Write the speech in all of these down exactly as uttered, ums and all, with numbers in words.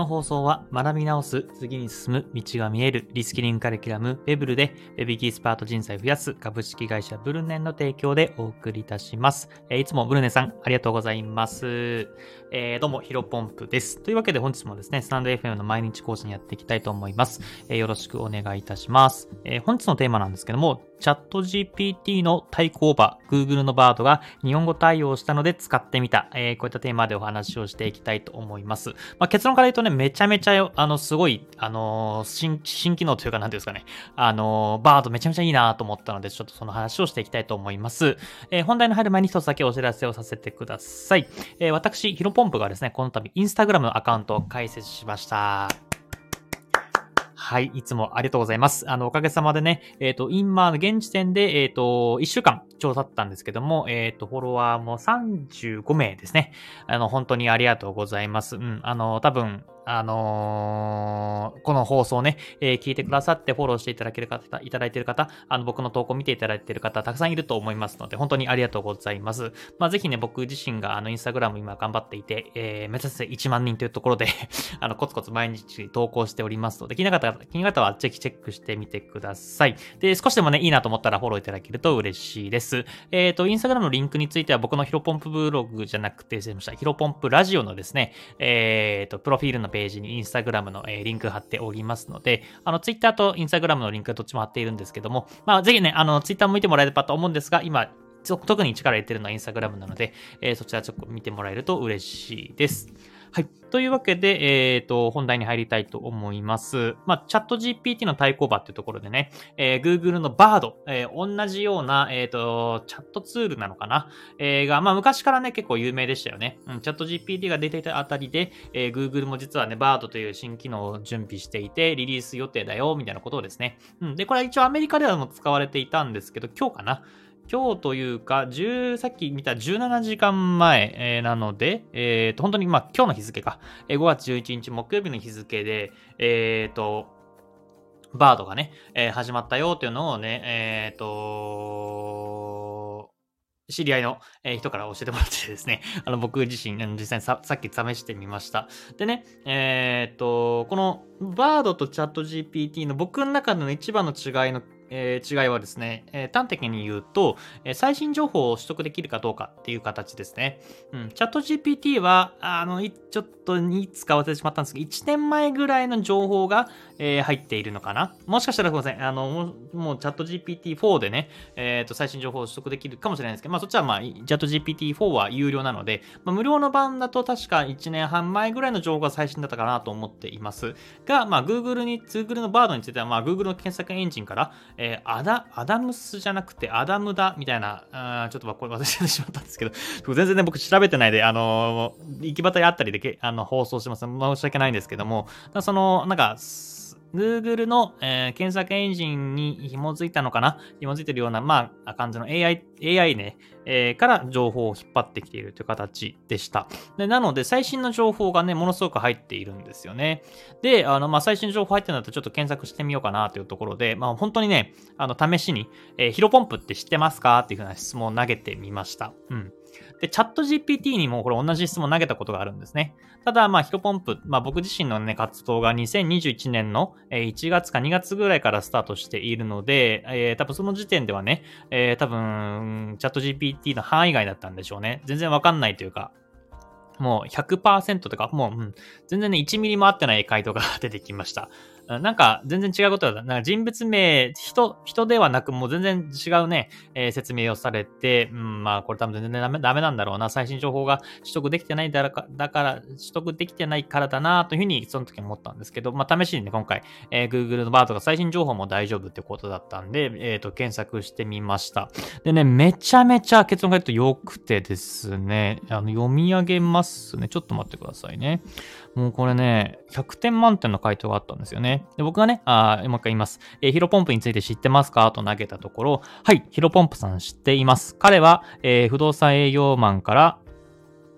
の放送は学び直す、次に進む、道が見える、リスキリングカリキュラム、ウェブルで Web エキスパート人材を増やす株式会社ブルネンの提供でお送りいたします。えー、いつもブルネンさんありがとうございます。えー、どうもヒロポンプです。というわけで本日もですね、スタンド エフエム の毎日更新やっていきたいと思います。えー、よろしくお願いいたします。えー、本日のテーマなんですけども、チャット ジーピーティー の対抗馬、Google の Bard が日本語対応したので使ってみた。えー、こういったテーマでお話をしていきたいと思います。まあ、結論から言うとね、めちゃめちゃ、あの、すごい、あのー、新、新機能というか、なんていうんですかね、あのー、Bard めちゃめちゃいいなと思ったので、ちょっとその話をしていきたいと思います。えー、本題の入る前に一つだけお知らせをさせてください。えー、私、ヒロポンプがですね、この度、Instagram のアカウントを開設しました。はい、いつもありがとうございます。あの、おかげさまでね、えっ、ー、と、今、現時点で、えっ、ー、と、いっしゅうかんちょうど経ったんですけども、えっ、ー、と、フォロワーもさんじゅうごめいですね。あの、本当にありがとうございます。うん、あの、多分、あのー、この放送ね、えー、聞いてくださってフォローしていただける方、いただいている方、あの、僕の投稿を見ていただいている方、たくさんいると思いますので、本当にありがとうございます。まあ、ぜひね、僕自身が、あの、インスタグラム今頑張っていて、えー、目指せいちまんにんというところで、あの、コツコツ毎日投稿しておりますので、気になった方、気になった方はぜひチェックしてみてください。で、少しでもね、いいなと思ったらフォローいただけると嬉しいです。えっと、インスタグラムのリンクについては、僕のヒロポンプブログじゃなくて、失礼しました。ヒロポンプラジオのですね、えっと、プロフィールのページにインスタグラムの、えー、リンク貼っておりますので、あの、ツイッターとインスタグラムのリンクどっちも貼っているんですけども、まあ、ぜひね、あの、ツイッターも見てもらえればと思うんですが、今、特に力入れてるのはインスタグラムなので、えー、そちらちょっと見てもらえると嬉しいです。はい。というわけで、えっと、本題に入りたいと思います。まあ、チャット ジーピーティー の対抗馬っていうところでね、えー、Google の Bard、えー、同じような、えっと、チャットツールなのかな、えー、が、まあ、昔からね、結構有名でしたよね。うん、チャット ジーピーティー が出ていたあたりで、えー、Google も実はね、Bard という新機能を準備していて、リリース予定だよ、みたいなことをですね。うん、で、これは一応アメリカではもう使われていたんですけど、今日かな。今日というか、じゅうさっき見たじゅうななじかんまえ、えー、なので、えっと、本当に、まあ、今日の日付か、えー、ごがつじゅういちにち木曜日の日付で、えっと、バードがね、えー、始まったよっていうのをね、えっと、知り合いの人から教えてもらってですね、あの僕自身、実際に さ, さっき試してみました。でね、えっと、このバードとチャット ジーピーティー の僕の中での一番の違いのえー、違いはですね、えー、端的に言うと、えー、最新情報を取得できるかどうかっていう形ですね。うん、チャット ジーピーティー は、あの、ちょっといつか忘れてしまったんですけど、いちねんまえぐらいの情報が、えー、入っているのかな。もしかしたらごめんなさい。あの、もう、もうチャット ジーピーティーフォー でね、えっと、最新情報を取得できるかもしれないんですけど、まあ、そっちはまあ、チャット ジーピーティーフォー は有料なので、まあ、無料の版だと確かいちねんはんまえぐらいの情報が最新だったかなと思っています。が、まあ、Google に、Google の Bard については、まあ、Google の検索エンジンから、えー、アダ、アダムスじゃなくてアダムだみたいな、あちょっとこれ忘れてしまったんですけど、全然ね、僕調べてないで、あのー、行き渡りあったりでけあの放送してます。申し訳ないんですけども、その、なんか、Google の、えー、検索エンジンに紐づいたのかな紐づいてるような、まあ、感じの エーアイ、エーアイ ね、えー、から情報を引っ張ってきているという形でした。でなので、最新の情報がね、ものすごく入っているんですよね。で、あの、まあ、最新の情報入ってるんだったらちょっと検索してみようかなというところで、まあ、本当にね、あの、試しに、えー、ヒロポンプって知ってますかっていうふうな質問を投げてみました。うん。で、チャット ジーピーティー にもこれ同じ質問を投げたことがあるんですね。ただ、まあ、ヒロポンプ、まあ、僕自身のね、活動がにせんにじゅういちねんのいちがつかにがつぐらいからスタートしているので、えー、多分その時点ではね、えー、多分、チャット ジーピーティー の範囲外だったんでしょうね。全然わかんないというか、もう ひゃくパーセント とか、もう、うん、全然ね、いちミリも合ってない回答が出てきました。なんか、全然違うことだ。なんか人物名、人、人ではなく、もう全然違うね、えー、説明をされて、うん、まあ、これ多分全然ダメ、ダメなんだろうな。最新情報が取得できてないだから、だから、取得できてないからだな、というふうに、その時思ったんですけど、まあ、試しにね、今回、えー、Google の Bard が最新情報も大丈夫ってことだったんで、えっと、検索してみました。でね、めちゃめちゃ結論が言うと良くてですね、あの、読み上げますね。ちょっと待ってくださいね。もうこれね、ひゃくてん満点の回答があったんですよね。で僕がね、あもう一回言います。えー、ヒロポンプについて知ってますかと投げたところ、はい、ヒロポンプさん知っています。彼は、えー、不動産営業マンから、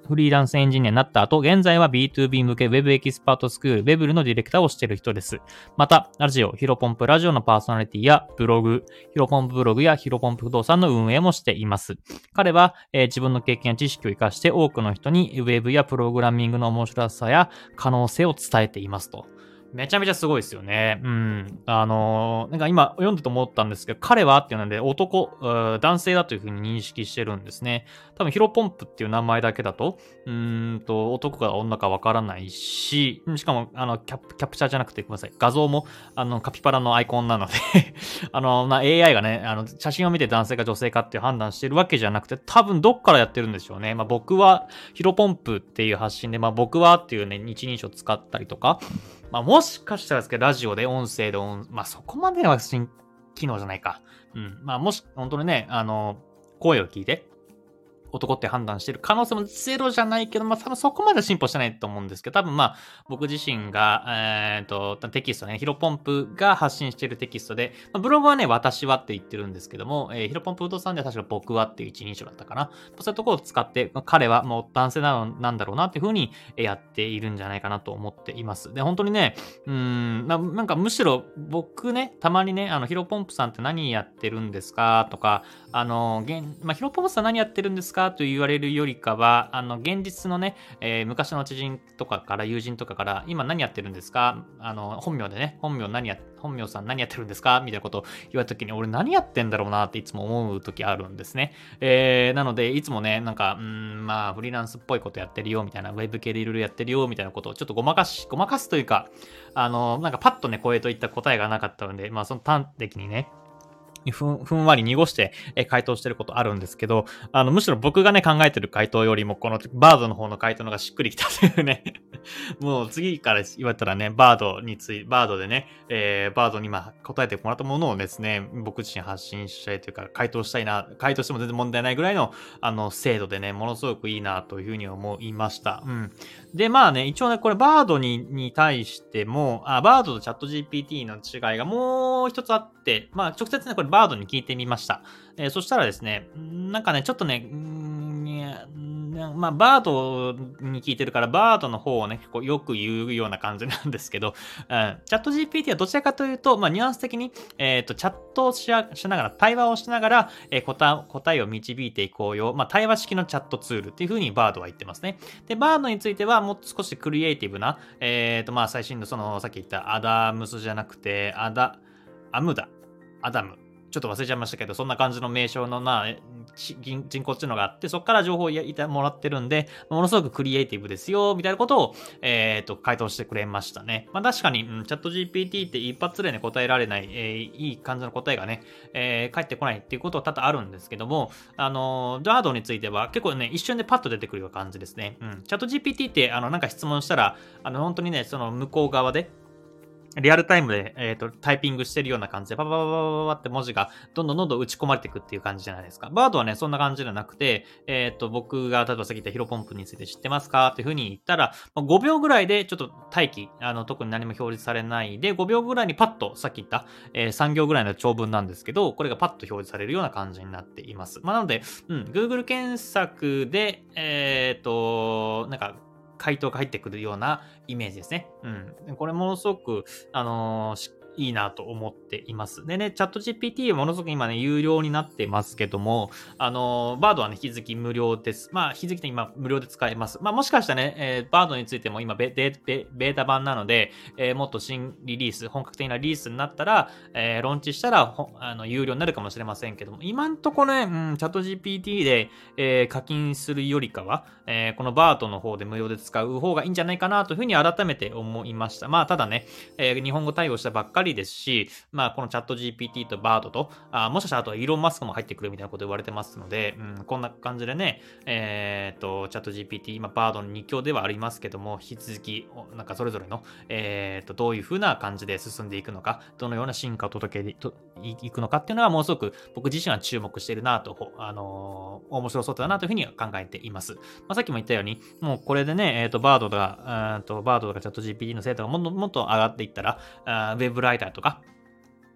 フリーランスエンジニアになった後、現在は ビーツービー 向け Web エキスパートスクール Webl のディレクターをしている人です。また、ラジオ、ヒロポンプラジオのパーソナリティやブログ、ヒロポンプブログやヒロポンプ不動産の運営もしています。彼は、えー、自分の経験や知識を生かして多くの人に Web やプログラミングの面白さや可能性を伝えていますと。めちゃめちゃすごいですよね。うん。あのー、なんか今読んでて思ったんですけど、彼はっていうので男、男性だというふうに認識してるんですね。多分ヒロポンプっていう名前だけだと、うーんと、男か女かわからないし、しかも、あの、キャプ、キャプチャーじゃなくて、ごめんなさい。画像も、あの、カピバラのアイコンなのであの、まあ、エーアイ がね、あの、写真を見て男性か女性かっていう判断してるわけじゃなくて、多分どっからやってるんでしょうね。まあ、僕は、ヒロポンプっていう発信で、まあ、僕はっていうね、一人称使ったりとか、まあ、もしかしたらですけど、ラジオで音声で音、まあ、そこまでは新機能じゃないか。うん。まあ、もし、本当にね、あの、声を聞いて、男って判断してる可能性もゼロじゃないけど、まあ多分そこまで進歩してないと思うんですけど、多分まあ僕自身が、えー、とテキストね、ヒロポンプが発信しているテキストで、まあ、ブログはね、私はって言ってるんですけども、えー、ヒロポンプ不動産では確か僕はっていう一人称だったかな。そういうところを使って、まあ、彼はもう男性なのなんだろうなっていう風にやっているんじゃないかなと思っています。で、本当にね、うーん、ななんかむしろ僕ね、たまにね、あのヒロポンプさんって何やってるんですかとか、あの、現まあ、ヒロポンプさん何やってるんですかと言われるよりかは、あの、現実のね、えー、昔の知人とかから、友人とかから、今何やってるんですかあの、本名でね、本名何や、本名さん何やってるんですかみたいなことを言われた時に、俺何やってんだろうなっていつも思う時あるんですね。えー、なので、いつもね、なんか、うーん、まあ、フリーランスっぽいことやってるよ、みたいな、ウェブ系でいろいろやってるよ、みたいなことをちょっとごまかし、ごまかすというか、あの、なんかパッとね、声といった答えがなかったので、まあ、その端的にね、ふん、ふんわり濁して、え回答してることあるんですけど、あの、むしろ僕がね、考えてる回答よりも、このバードの方の回答のがしっくりきたというね。もう次から言われたらね、バードについて、バードでね、えー、バードに今答えてもらったものをですね、僕自身発信したいというか、回答したいな、回答しても全然問題ないぐらいの、あの、精度でね、ものすごくいいなというふうに思いました。うん。で、まあね、一応ね、これバードに、に対しても、あ、バードとチャット ジーピーティー の違いがもう一つあって、まあ、直接ね、これバードに聞いてみました。えー、そしたらですね、なんかね、ちょっとね、うーん、いやまあ、バードに聞いてるから、バードの方をね、結構よく言うような感じなんですけど、うん、チャット ジーピーティー はどちらかというと、まあ、ニュアンス的に、えっ、ー、と、チャットをしながら、対話をしながら、えー、答答えを導いていこうよ。まあ、対話式のチャットツールっていう風にバードは言ってますね。で、バードについては、もう少しクリエイティブな、えっ、ー、と、まあ、最新のその、さっき言ったアダムスじゃなくて、アダ、アムダ、アダム。ちょっと忘れちゃいましたけど、そんな感じの名称の、まあ、人工知能があって、そこから情報をいたもらってるんで、ものすごくクリエイティブですよ、みたいなことを、えっ、ー、と、回答してくれましたね。まあ確かに、うん、チャット ジーピーティー って一発でね、答えられない、えー、いい感じの答えがね、えー、返ってこないっていうことは多々あるんですけども、あの、ダードについては結構ね、一瞬でパッと出てくるような感じですね。うん。チャット ジーピーティー って、あの、なんか質問したら、あの、本当にね、その向こう側で、リアルタイムで、えーと、タイピングしてるような感じで、パパパパパパって文字がどんどんどんどん打ち込まれていくっていう感じじゃないですか。バードはね、そんな感じじゃなくて、えっと、僕が、例えばさっき言ったヒロポンプについて知ってますかっていう風に言ったら、ごびょうぐらいでちょっと待機、あの、特に何も表示されないで、ごびょうぐらいにパッと、さっき言った、えー、さん行ぐらいの長文なんですけど、これがパッと表示されるような感じになっています。まあ、なので、うん、Google 検索で、えっと、なんか、回答が入ってくるようなイメージですね。うん。これものすごく、あのー、いいなと思っています。でね、チャット ジーピーティー はものすごく今ね、有料になってますけども、あのー、バードはね、引き続き無料です。まあ、引き続き今無料で使えます。まあ、もしかしたらね、えー、バードについても今ベ、ベ、ベ、ベータ版なので、えー、もっと新リリース、本格的なリリースになったら、えー、ローンチしたら、あの、有料になるかもしれませんけども、今んとこね、うん、チャット ジーピーティー で、えー、課金するよりかは、えー、このバードの方で無料で使う方がいいんじゃないかなというふうに改めて思いました。まあ、ただね、えー、日本語対応したばっかりですし、まあ、このチャット ジーピーティー とバードと、あもしかしたらあとイーロン・マスクも入ってくるみたいなこと言われてますので、うん、こんな感じでね、えー、っと、チャット ジーピーティー、今、バードのに強ではありますけども、引き続き、なんかそれぞれの、えー、っと、どういう風な感じで進んでいくのか、どのような進化を届けていくのかっていうのは、もうすごく僕自身は注目しているなと、あのー、面白そうだなというふうに考えています。まあ、さっきも言ったように、もうこれでね、えっ、ー、と、バードが、とバードとかチャット ジーピーティー の精度がもっともっと上がっていったら、ウェブライターとか、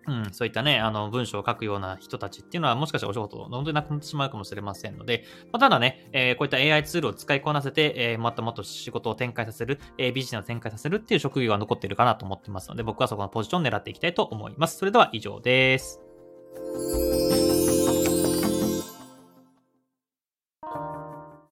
うん、そういったね、あの、文章を書くような人たちっていうのは、もしかしたらお仕事、本当になくなってしまうかもしれませんので、まあ、ただね、えーこういった エーアイ ツールを使いこなせて、えーもっともっと仕事を展開させる、えービジネスを展開させるっていう職業が残っているかなと思ってますので、僕はそこのポジションを狙っていきたいと思います。それでは以上です。